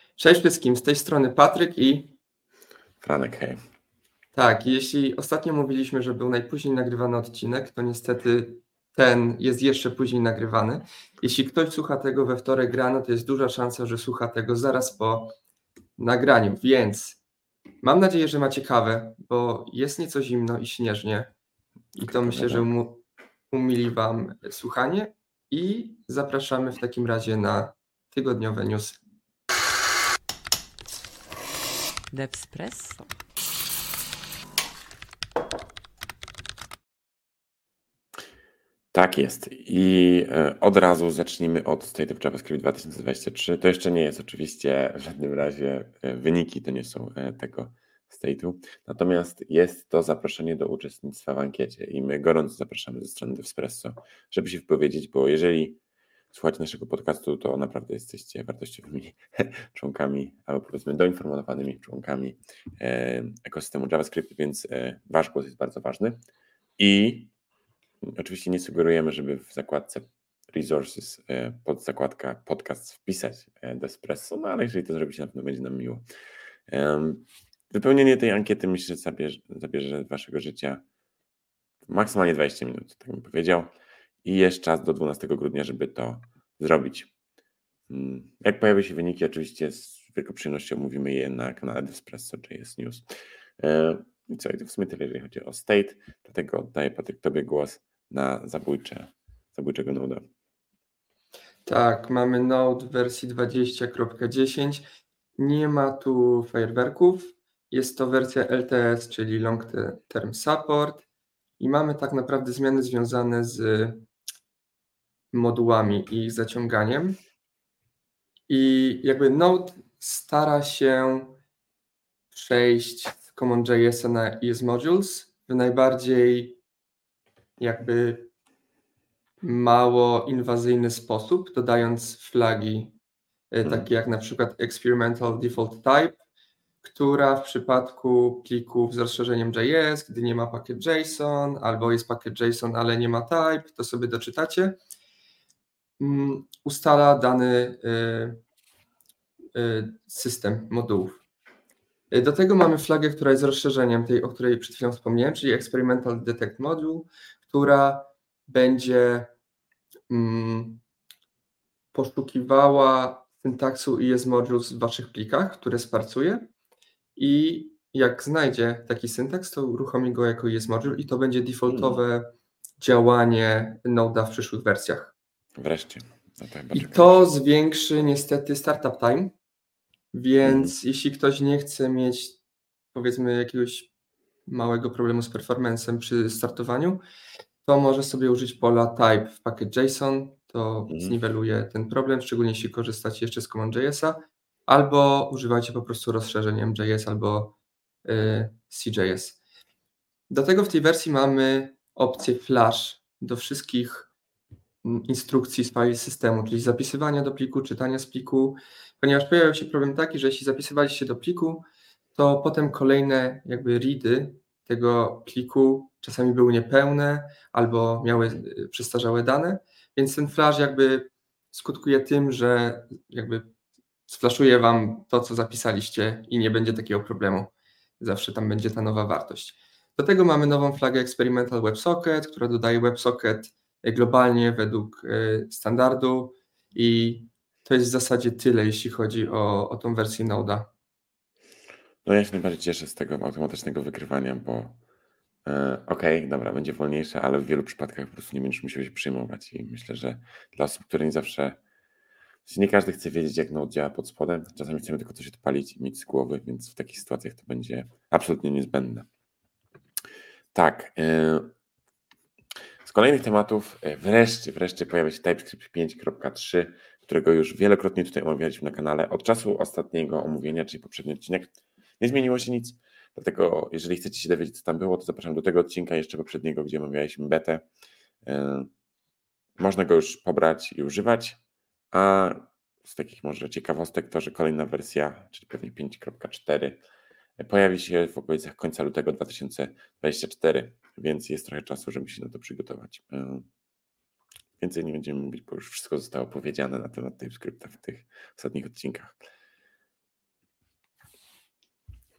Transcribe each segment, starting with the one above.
Cześć wszystkim, z tej strony Patryk i Franek, hej. tak, jeśli ostatnio mówiliśmy, że był najpóźniej nagrywany odcinek, to niestety ten jest jeszcze później nagrywany. Jeśli ktoś słucha tego we wtorek rano, to jest duża szansa, że słucha tego zaraz po nagraniu, więc mam nadzieję, że macie kawę, bo jest nieco zimno i śnieżnie i to myślę, że umili Wam słuchanie i zapraszamy w takim razie na tygodniowe newsy. Devspresso. Tak jest. I od razu zacznijmy od State of JavaScript 2023. To jeszcze nie jest oczywiście w żadnym razie wyniki, to nie są tego state'u. Natomiast jest to zaproszenie do uczestnictwa w ankiecie i my gorąco zapraszamy ze strony Devspresso, żeby się wypowiedzieć, bo jeżeli słuchacie naszego podcastu, to naprawdę jesteście wartościowymi członkami, albo powiedzmy doinformowanymi członkami ekosystemu JavaScript, więc wasz głos jest bardzo ważny. I oczywiście nie sugerujemy, żeby w zakładce Resources pod zakładka podcast wpisać Devspresso, no ale jeżeli to zrobicie, na pewno będzie nam miło. Wypełnienie tej ankiety myślę, że zabierze waszego życia maksymalnie 20 minut, tak bym powiedział. I jest czas do 12 grudnia, żeby to zrobić. Jak pojawią się wyniki, oczywiście z wielką przyjemnością omówimy je na kanale Devspresso.js News. I co, i to w sumie tyle, jeżeli chodzi o State, dlatego oddaję, Patryk, tobie głos na zabójczego Node'a. Tak, mamy Node w wersji 20.10. Nie ma tu fajerwerków. Jest to wersja LTS, czyli Long Term Support. I mamy tak naprawdę zmiany związane z modułami i ich zaciąganiem. I jakby Node stara się przejść z CommonJS-a na ES Modules w najbardziej jakby mało inwazyjny sposób, dodając flagi takie jak na przykład Experimental Default Type, która w przypadku plików z rozszerzeniem JS, gdy nie ma pakiet JSON, albo jest pakiet JSON, ale nie ma type, to sobie doczytacie, ustala dany system modułów. Do tego mamy flagę, która jest rozszerzeniem tej, o której przed chwilą wspomniałem, czyli Experimental Detect Module, która będzie poszukiwała syntaksu ES Modules w waszych plikach, które sparcuje i jak znajdzie taki syntaks, to uruchomi go jako ES Module i to będzie defaultowe działanie Node'a w przyszłych wersjach. Wreszcie. No i to zwiększy niestety startup time, więc jeśli ktoś nie chce mieć powiedzmy jakiegoś małego problemu z performance'em przy startowaniu, to może sobie użyć pola type w pakiet JSON, to zniweluje ten problem, szczególnie jeśli korzystacie jeszcze z CommonJS-a, albo używajcie po prostu rozszerzeniem JS albo CJS. Do tego w tej wersji mamy opcję flash do wszystkich instrukcji z file systemu, czyli zapisywania do pliku, czytania z pliku, ponieważ pojawił się problem taki, że jeśli zapisywaliście do pliku, to potem kolejne jakby ready tego pliku czasami były niepełne albo miały przestarzałe dane, więc ten flash jakby skutkuje tym, że jakby sflaszuje wam to, co zapisaliście i nie będzie takiego problemu. Zawsze tam będzie ta nowa wartość. Do tego mamy nową flagę Experimental WebSocket, która dodaje WebSocket globalnie według standardu i to jest w zasadzie tyle, jeśli chodzi o tą wersję Node'a. No ja się najbardziej cieszę z tego automatycznego wykrywania, bo okej, dobra, będzie wolniejsze, ale w wielu przypadkach po prostu nie będziesz musiał się przejmować i myślę, że dla osób, które nie zawsze, nie każdy chce wiedzieć, jak Node działa pod spodem, czasami chcemy tylko coś odpalić i mieć z głowy, więc w takich sytuacjach to będzie absolutnie niezbędne. Tak, z kolejnych tematów wreszcie pojawia się TypeScript 5.3, którego już wielokrotnie tutaj omawialiśmy na kanale. Od czasu ostatniego omówienia, czyli poprzedni odcinek, nie zmieniło się nic, dlatego jeżeli chcecie się dowiedzieć, co tam było, to zapraszam do tego odcinka, jeszcze poprzedniego, gdzie omawialiśmy betę. Można go już pobrać i używać, a z takich może ciekawostek to, że kolejna wersja, czyli pewnie 5.4, pojawi się w okolicach końca lutego 2024, więc jest trochę czasu, żeby się na to przygotować. Więcej nie będziemy mówić, bo już wszystko zostało powiedziane na temat TypeScripta w tych ostatnich odcinkach.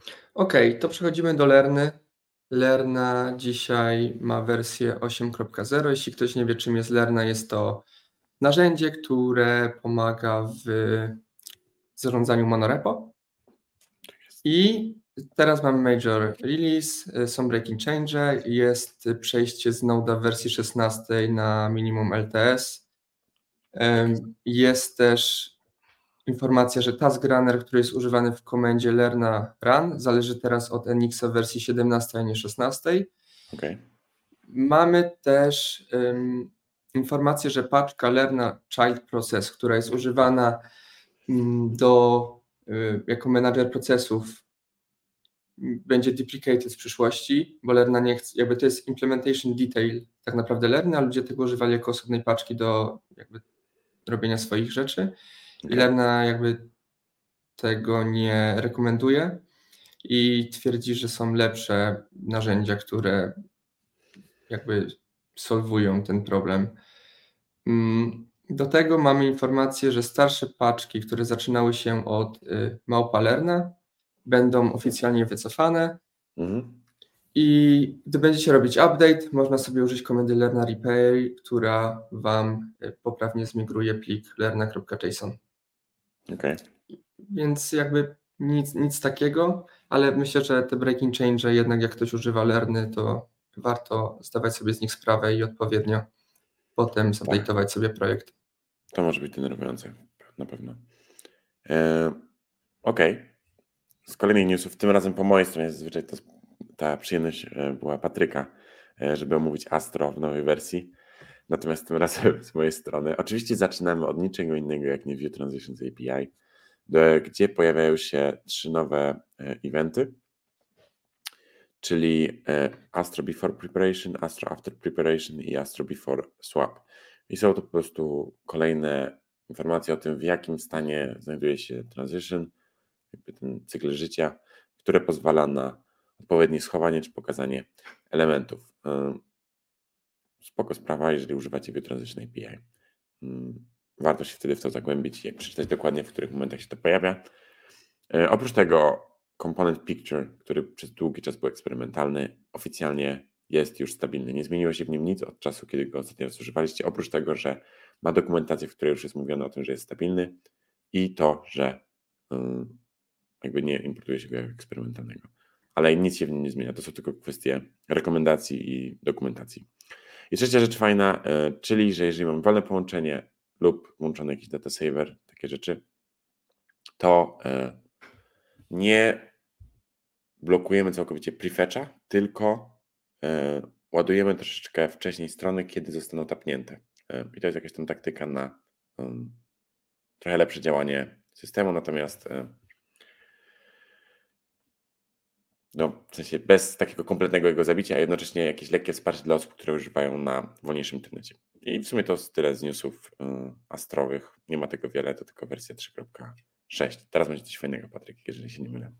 Okej, to przechodzimy do Lerny. Lerna dzisiaj ma wersję 8.0. Jeśli ktoś nie wie, czym jest Lerna, jest to narzędzie, które pomaga w zarządzaniu monorepo. I teraz mamy major release, są breaking change, jest przejście z Node'a w wersji 16 na minimum LTS. Jest też informacja, że task runner, który jest używany w komendzie lerna run, zależy teraz od NX w wersji 17, a nie 16. Okay. Mamy też informację, że paczka lerna child process, która jest używana jako menadżer procesów, będzie deprecated w przyszłości, bo Lerna nie chce, jakby to jest implementation detail tak naprawdę Lerny, a ludzie tego używali jako osobnej paczki do jakby robienia swoich rzeczy. I Lerna jakby tego nie rekomenduje i twierdzi, że są lepsze narzędzia, które jakby solwują ten problem. Do tego mamy informację, że starsze paczki, które zaczynały się od małpa Lerna, będą oficjalnie wycofane. I gdy będziecie robić update, można sobie użyć komendy lerna repair, która Wam poprawnie zmigruje plik lerna.json. Okay. Więc jakby nic takiego, ale myślę, że te breaking change, jednak jak ktoś używa Lerny, to warto zdawać sobie z nich sprawę i odpowiednio potem zupdate'ować sobie projekt. To może być denerwujące, na pewno. Okej. Z kolejnych newsów, tym razem po mojej stronie, zazwyczaj ta przyjemność była Patryka, żeby omówić Astro w nowej wersji. Natomiast tym razem z mojej strony, oczywiście zaczynamy od niczego innego jak nie Vue Transitions API, gdzie pojawiają się 3 nowe eventy, czyli Astro Before Preparation, Astro After Preparation i Astro Before Swap. I są to po prostu kolejne informacje o tym, w jakim stanie znajduje się transition, jakby ten cykl życia, które pozwala na odpowiednie schowanie czy pokazanie elementów. Spoko sprawa, jeżeli używacie Vue Transition API. Warto się wtedy w to zagłębić i przeczytać dokładnie, w których momentach się to pojawia. Oprócz tego Component Picture, który przez długi czas był eksperymentalny, oficjalnie jest już stabilny. Nie zmieniło się w nim nic od czasu, kiedy go ostatnio raz używaliście, oprócz tego, że ma dokumentację, w której już jest mówione o tym, że jest stabilny i to, że jakby nie importuje się go jako eksperymentalnego. Ale nic się w nim nie zmienia. To są tylko kwestie rekomendacji i dokumentacji. I trzecia rzecz fajna, czyli że jeżeli mamy wolne połączenie lub włączony jakiś data saver, takie rzeczy, to nie blokujemy całkowicie prefetcha, tylko ładujemy troszeczkę wcześniej strony, kiedy zostaną tapnięte. I to jest jakaś tam taktyka na trochę lepsze działanie systemu, natomiast w sensie bez takiego kompletnego jego zabicia, a jednocześnie jakieś lekkie wsparcie dla osób, które używają na wolniejszym internecie. I w sumie to tyle z newsów astrowych. Nie ma tego wiele, to tylko wersja 3.6. Teraz będzie coś fajnego, Patryk, jeżeli się nie mylę.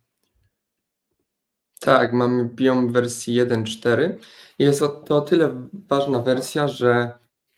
Tak, mamy Biom wersji 1.4. Jest to o tyle ważna wersja, że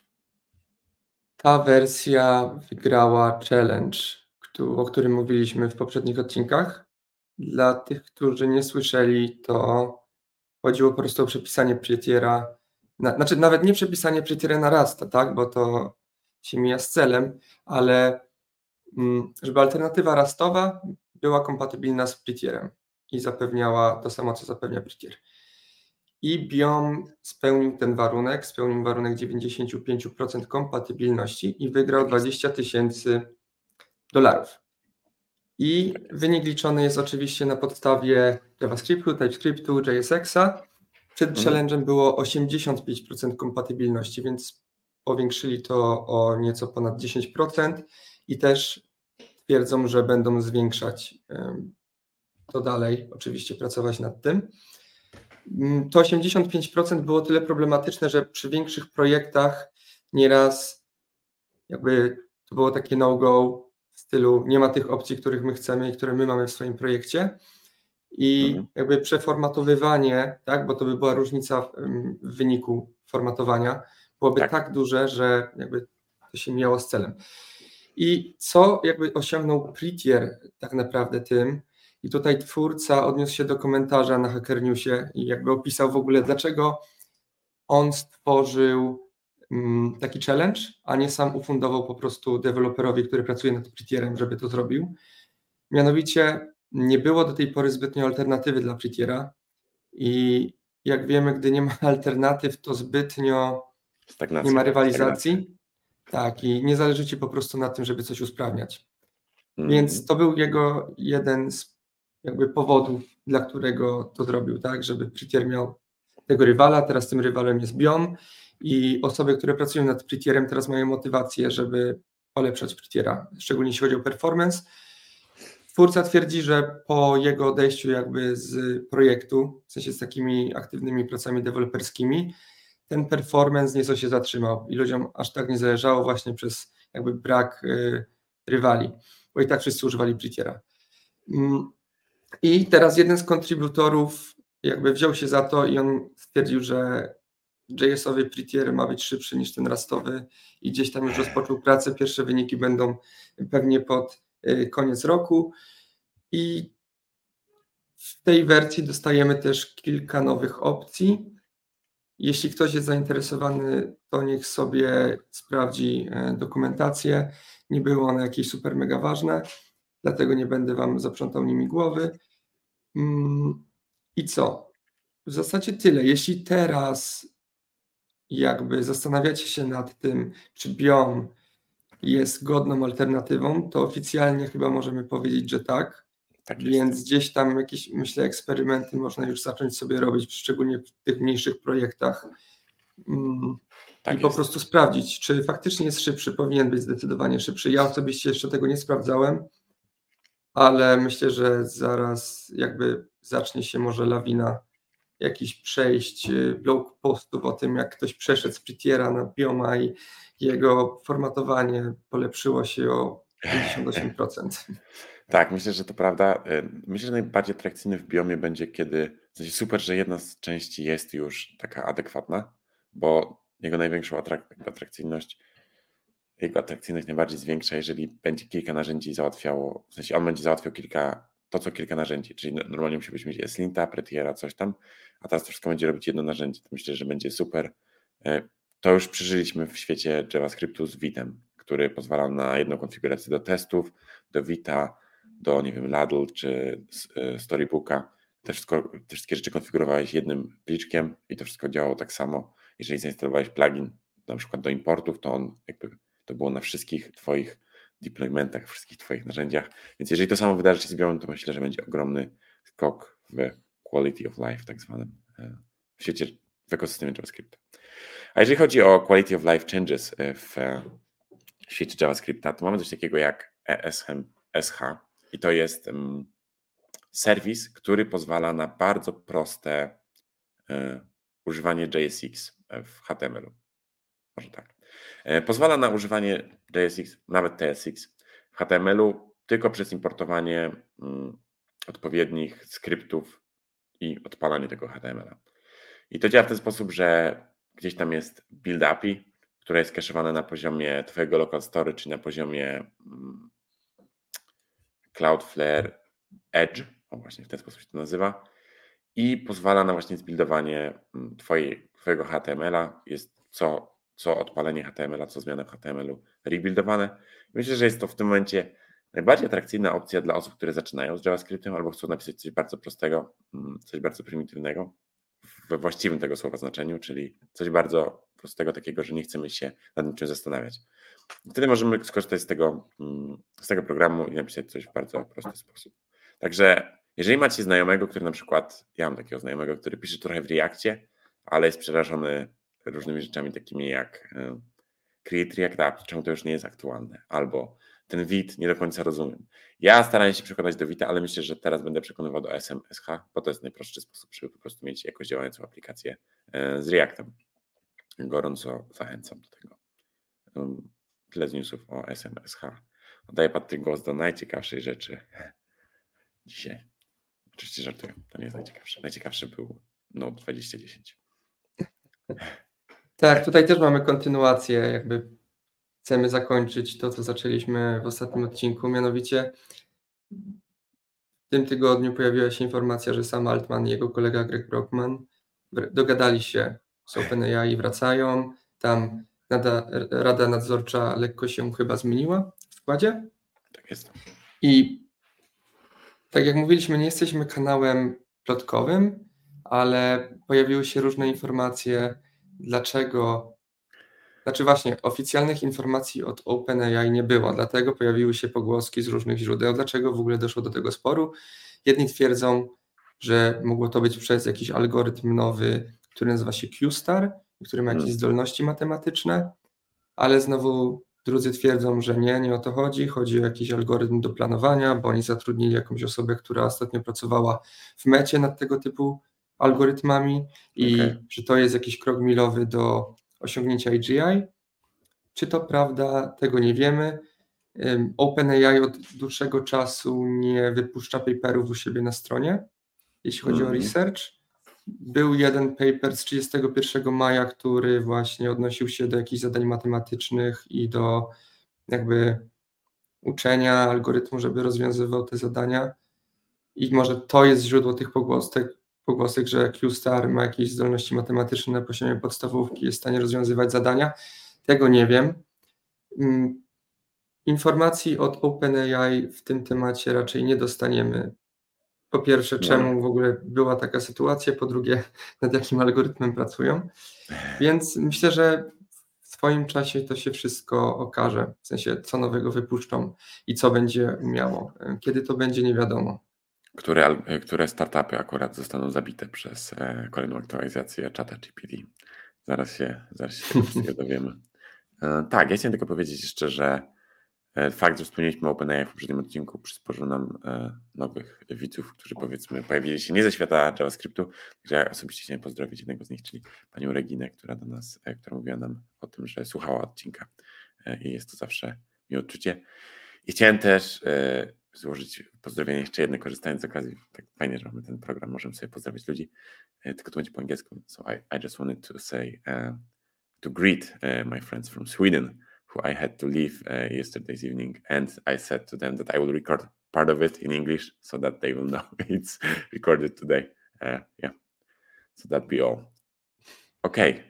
ta wersja wygrała challenge, o którym mówiliśmy w poprzednich odcinkach. Dla tych, którzy nie słyszeli, to chodziło po prostu o przepisanie Prettiera, znaczy nawet nie przepisanie Prettiera na Rasta, tak, bo to się mija z celem, ale żeby alternatywa rastowa była kompatybilna z Prettierem i zapewniała to samo, co zapewnia Prettier. I Biom spełnił ten warunek, spełnił warunek 95% kompatybilności i wygrał $20,000. I wynik liczony jest oczywiście na podstawie JavaScriptu, TypeScriptu, JSX-a. Przed challenge'em było 85% kompatybilności, więc powiększyli to o nieco ponad 10% i też twierdzą, że będą zwiększać to dalej, oczywiście pracować nad tym. To 85% było tyle problematyczne, że przy większych projektach nieraz jakby to było takie no-go w stylu nie ma tych opcji, których my chcemy i które my mamy w swoim projekcie i jakby przeformatowywanie, tak, bo to by była różnica w wyniku formatowania, byłoby tak duże, że jakby to się miało z celem. I co jakby osiągnął Prettier tak naprawdę tym, I tutaj twórca odniósł się do komentarza na Hacker Newsie i jakby opisał w ogóle, dlaczego on stworzył taki challenge, a nie sam ufundował po prostu deweloperowi, który pracuje nad Prettierem, żeby to zrobił. Mianowicie nie było do tej pory zbytnio alternatywy dla Prettiera i jak wiemy, gdy nie ma alternatyw, to zbytnio nie ma rywalizacji. Tak, i nie zależy Ci po prostu na tym, żeby coś usprawniać. Więc to był jego jeden z jakby powodów, dla którego to zrobił, tak, żeby Prettier miał tego rywala, teraz tym rywalem jest Biom i osoby, które pracują nad Prettierem, teraz mają motywację, żeby polepszać Prettiera, szczególnie jeśli chodzi o performance. Twórca twierdzi, że po jego odejściu jakby z projektu, w sensie z takimi aktywnymi pracami deweloperskimi, ten performance nieco się zatrzymał i ludziom aż tak nie zależało właśnie przez jakby brak rywali, bo i tak wszyscy używali Prettiera. I teraz jeden z kontrybutorów jakby wziął się za to i on stwierdził, że JS-owy Prettier ma być szybszy niż ten rastowy i gdzieś tam już rozpoczął pracę. Pierwsze wyniki będą pewnie pod koniec roku i w tej wersji dostajemy też kilka nowych opcji. Jeśli ktoś jest zainteresowany, to niech sobie sprawdzi dokumentację. Nie były one jakieś super mega ważne, dlatego nie będę Wam zaprzątał nimi głowy. I co? W zasadzie tyle. Jeśli teraz jakby zastanawiacie się nad tym, czy Biom jest godną alternatywą, to oficjalnie chyba możemy powiedzieć, że tak. Więc gdzieś tam jakieś, myślę, eksperymenty można już zacząć sobie robić, szczególnie w tych mniejszych projektach. I po prostu sprawdzić, czy faktycznie jest szybszy, powinien być zdecydowanie szybszy. Ja osobiście jeszcze tego nie sprawdzałem, ale myślę, że zaraz jakby zacznie się może lawina jakichś przejść, blog postów o tym, jak ktoś przeszedł z Prettiera na Bioma i jego formatowanie polepszyło się o 58%. Tak, myślę, że to prawda. Myślę, że najbardziej atrakcyjny w Biomie będzie, kiedy w sensie super, że jedna z części jest już taka adekwatna, bo jego największą atrakcyjność, jego atrakcyjność najbardziej zwiększa, jeżeli będzie kilka narzędzi załatwiało, w sensie on będzie załatwiał kilka narzędzi, czyli normalnie musi być Eslinta, Prettiera, coś tam, a teraz to wszystko będzie robić jedno narzędzie. To myślę, że będzie super. To już przeżyliśmy w świecie JavaScriptu z Vitem, który pozwala na jedną konfigurację do testów, do Vita, do, nie wiem, Ladle czy Storybooka. Te wszystkie rzeczy konfigurowałeś jednym pliczkiem i to wszystko działało tak samo. Jeżeli zainstalowałeś plugin na przykład do importów, to on jakby to było na wszystkich Twoich deploymentach, wszystkich Twoich narzędziach. Więc jeżeli to samo wydarzy się z Biomem, to myślę, że będzie ogromny skok w quality of life, tak zwanym w świecie, w ekosystemie JavaScripta. A jeżeli chodzi o quality of life changes w świecie JavaScripta, to mamy coś takiego jak ESH i to jest serwis, który pozwala na bardzo proste używanie JSX w HTML-u. Może tak. Pozwala na używanie JSX, nawet TSX w HTML-u tylko przez importowanie odpowiednich skryptów i odpalanie tego HTML-a. I to działa w ten sposób, że gdzieś tam jest build API, które jest cache'owane na poziomie Twojego local storage, czy na poziomie Cloudflare Edge, właśnie w ten sposób się to nazywa, i pozwala na właśnie zbuildowanie Twojego HTML-a. Jest co odpalenie HTML-a, co zmiana w HTML-u rebuildowane. Myślę, że jest to w tym momencie najbardziej atrakcyjna opcja dla osób, które zaczynają z JavaScriptem albo chcą napisać coś bardzo prostego, coś bardzo prymitywnego, we właściwym tego słowa znaczeniu, czyli coś bardzo prostego, takiego, że nie chcemy się nad niczym zastanawiać. Wtedy możemy skorzystać z tego programu i napisać coś w bardzo prosty sposób. Także jeżeli macie znajomego, który na przykład, ja mam takiego znajomego, który pisze trochę w Reactie, ale jest przerażony różnymi rzeczami takimi jak Create React App, czemu to już nie jest aktualne, albo ten Vite nie do końca rozumiem. Ja starałem się przekonać do Vita, ale myślę, że teraz będę przekonywał do SMSH, bo to jest najprostszy sposób, żeby po prostu mieć jakoś działającą aplikację z Reactem. Gorąco zachęcam do tego. Tyle z newsów o SMSH. Oddaję Patryk głos do najciekawszej rzeczy dzisiaj. Oczywiście żartuję, to nie jest najciekawsze. Najciekawszy był Node 2010. Tak, tutaj też mamy kontynuację, jakby chcemy zakończyć to, co zaczęliśmy w ostatnim odcinku, mianowicie w tym tygodniu pojawiła się informacja, że Sam Altman i jego kolega Greg Brockman dogadali się z OpenAI i wracają. Tam Rada Nadzorcza lekko się chyba zmieniła w składzie. Tak jest. I tak jak mówiliśmy, nie jesteśmy kanałem plotkowym, ale pojawiły się różne informacje, właśnie oficjalnych informacji od OpenAI nie było, dlatego pojawiły się pogłoski z różnych źródeł, dlaczego w ogóle doszło do tego sporu. Jedni twierdzą, że mogło to być przez jakiś algorytm nowy, który nazywa się QStar, który ma jakieś zdolności matematyczne, ale znowu drudzy twierdzą, że nie o to chodzi. Chodzi o jakiś algorytm do planowania, bo oni zatrudnili jakąś osobę, która ostatnio pracowała w Mecie nad tego typu algorytmami i że to jest jakiś krok milowy do osiągnięcia AGI. Czy to prawda? Tego nie wiemy. OpenAI od dłuższego czasu nie wypuszcza paperów u siebie na stronie, jeśli chodzi o research. Był jeden paper z 31 maja, który właśnie odnosił się do jakichś zadań matematycznych i do jakby uczenia algorytmu, żeby rozwiązywał te zadania. I może to jest źródło tych pogłosek, że QStar ma jakieś zdolności matematyczne na poziomie podstawówki, jest w stanie rozwiązywać zadania. Tego nie wiem. Informacji od OpenAI w tym temacie raczej nie dostaniemy. Po pierwsze, czemu w ogóle była taka sytuacja, po drugie, nad jakim algorytmem pracują. Więc myślę, że w swoim czasie to się wszystko okaże, w sensie co nowego wypuszczą i co będzie umiało. Kiedy to będzie, nie wiadomo. Które startupy akurat zostaną zabite przez kolejną aktualizację ChatGPT. Zaraz się tego wszystkiego dowiemy. Tak, ja chciałem tylko powiedzieć jeszcze, że fakt, że wspomnieliśmy o OpenAI w poprzednim odcinku, przysporzył nam nowych widzów, którzy powiedzmy pojawili się nie ze świata JavaScriptu, że ja osobiście chciałem pozdrowić jednego z nich, czyli panią Reginę, która mówiła nam o tym, że słuchała odcinka i jest to zawsze miłe odczucie. I chciałem też złożyć pozdrowienie jeszcze jedno, korzystając z okazji. Tak fajnie, że mamy ten program, możemy sobie pozdrawiać ludzi, tylko to będzie po angielsku. So I just wanted to say, to greet my friends from Sweden, who I had to leave yesterday's evening, and I said to them that I will record part of it in English so that they will know it's recorded today. Yeah, so that be all. Okay.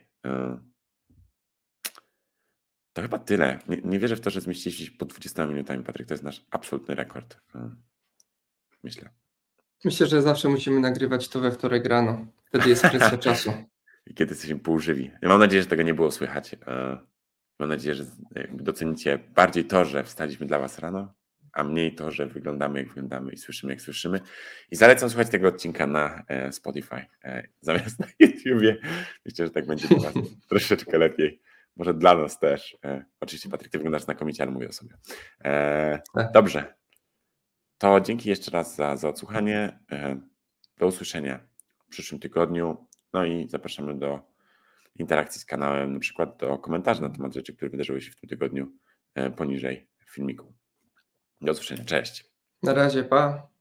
To chyba tyle. Nie wierzę w to, że zmieściliśmy się po 20 minutami, Patryk. To jest nasz absolutny rekord. Myślę. Myślę, że zawsze musimy nagrywać to we wtorek rano. Wtedy jest presja czasu. I kiedy jesteśmy półżywi. Ja mam nadzieję, że tego nie było słychać. Mam nadzieję, że docenicie bardziej to, że wstaliśmy dla was rano, a mniej to, że wyglądamy jak wyglądamy i słyszymy jak słyszymy. I zalecam słuchać tego odcinka na Spotify zamiast na YouTubie. Myślę, że tak będzie dla was troszeczkę lepiej. Może dla nas też. Oczywiście, Patryk, ty wyglądasz znakomicie, ale mówię o sobie. Dobrze. To dzięki jeszcze raz za odsłuchanie. Do usłyszenia w przyszłym tygodniu. No i zapraszamy do interakcji z kanałem, na przykład do komentarzy na temat rzeczy, które wydarzyły się w tym tygodniu poniżej filmiku. Do usłyszenia. Cześć. Na razie, pa.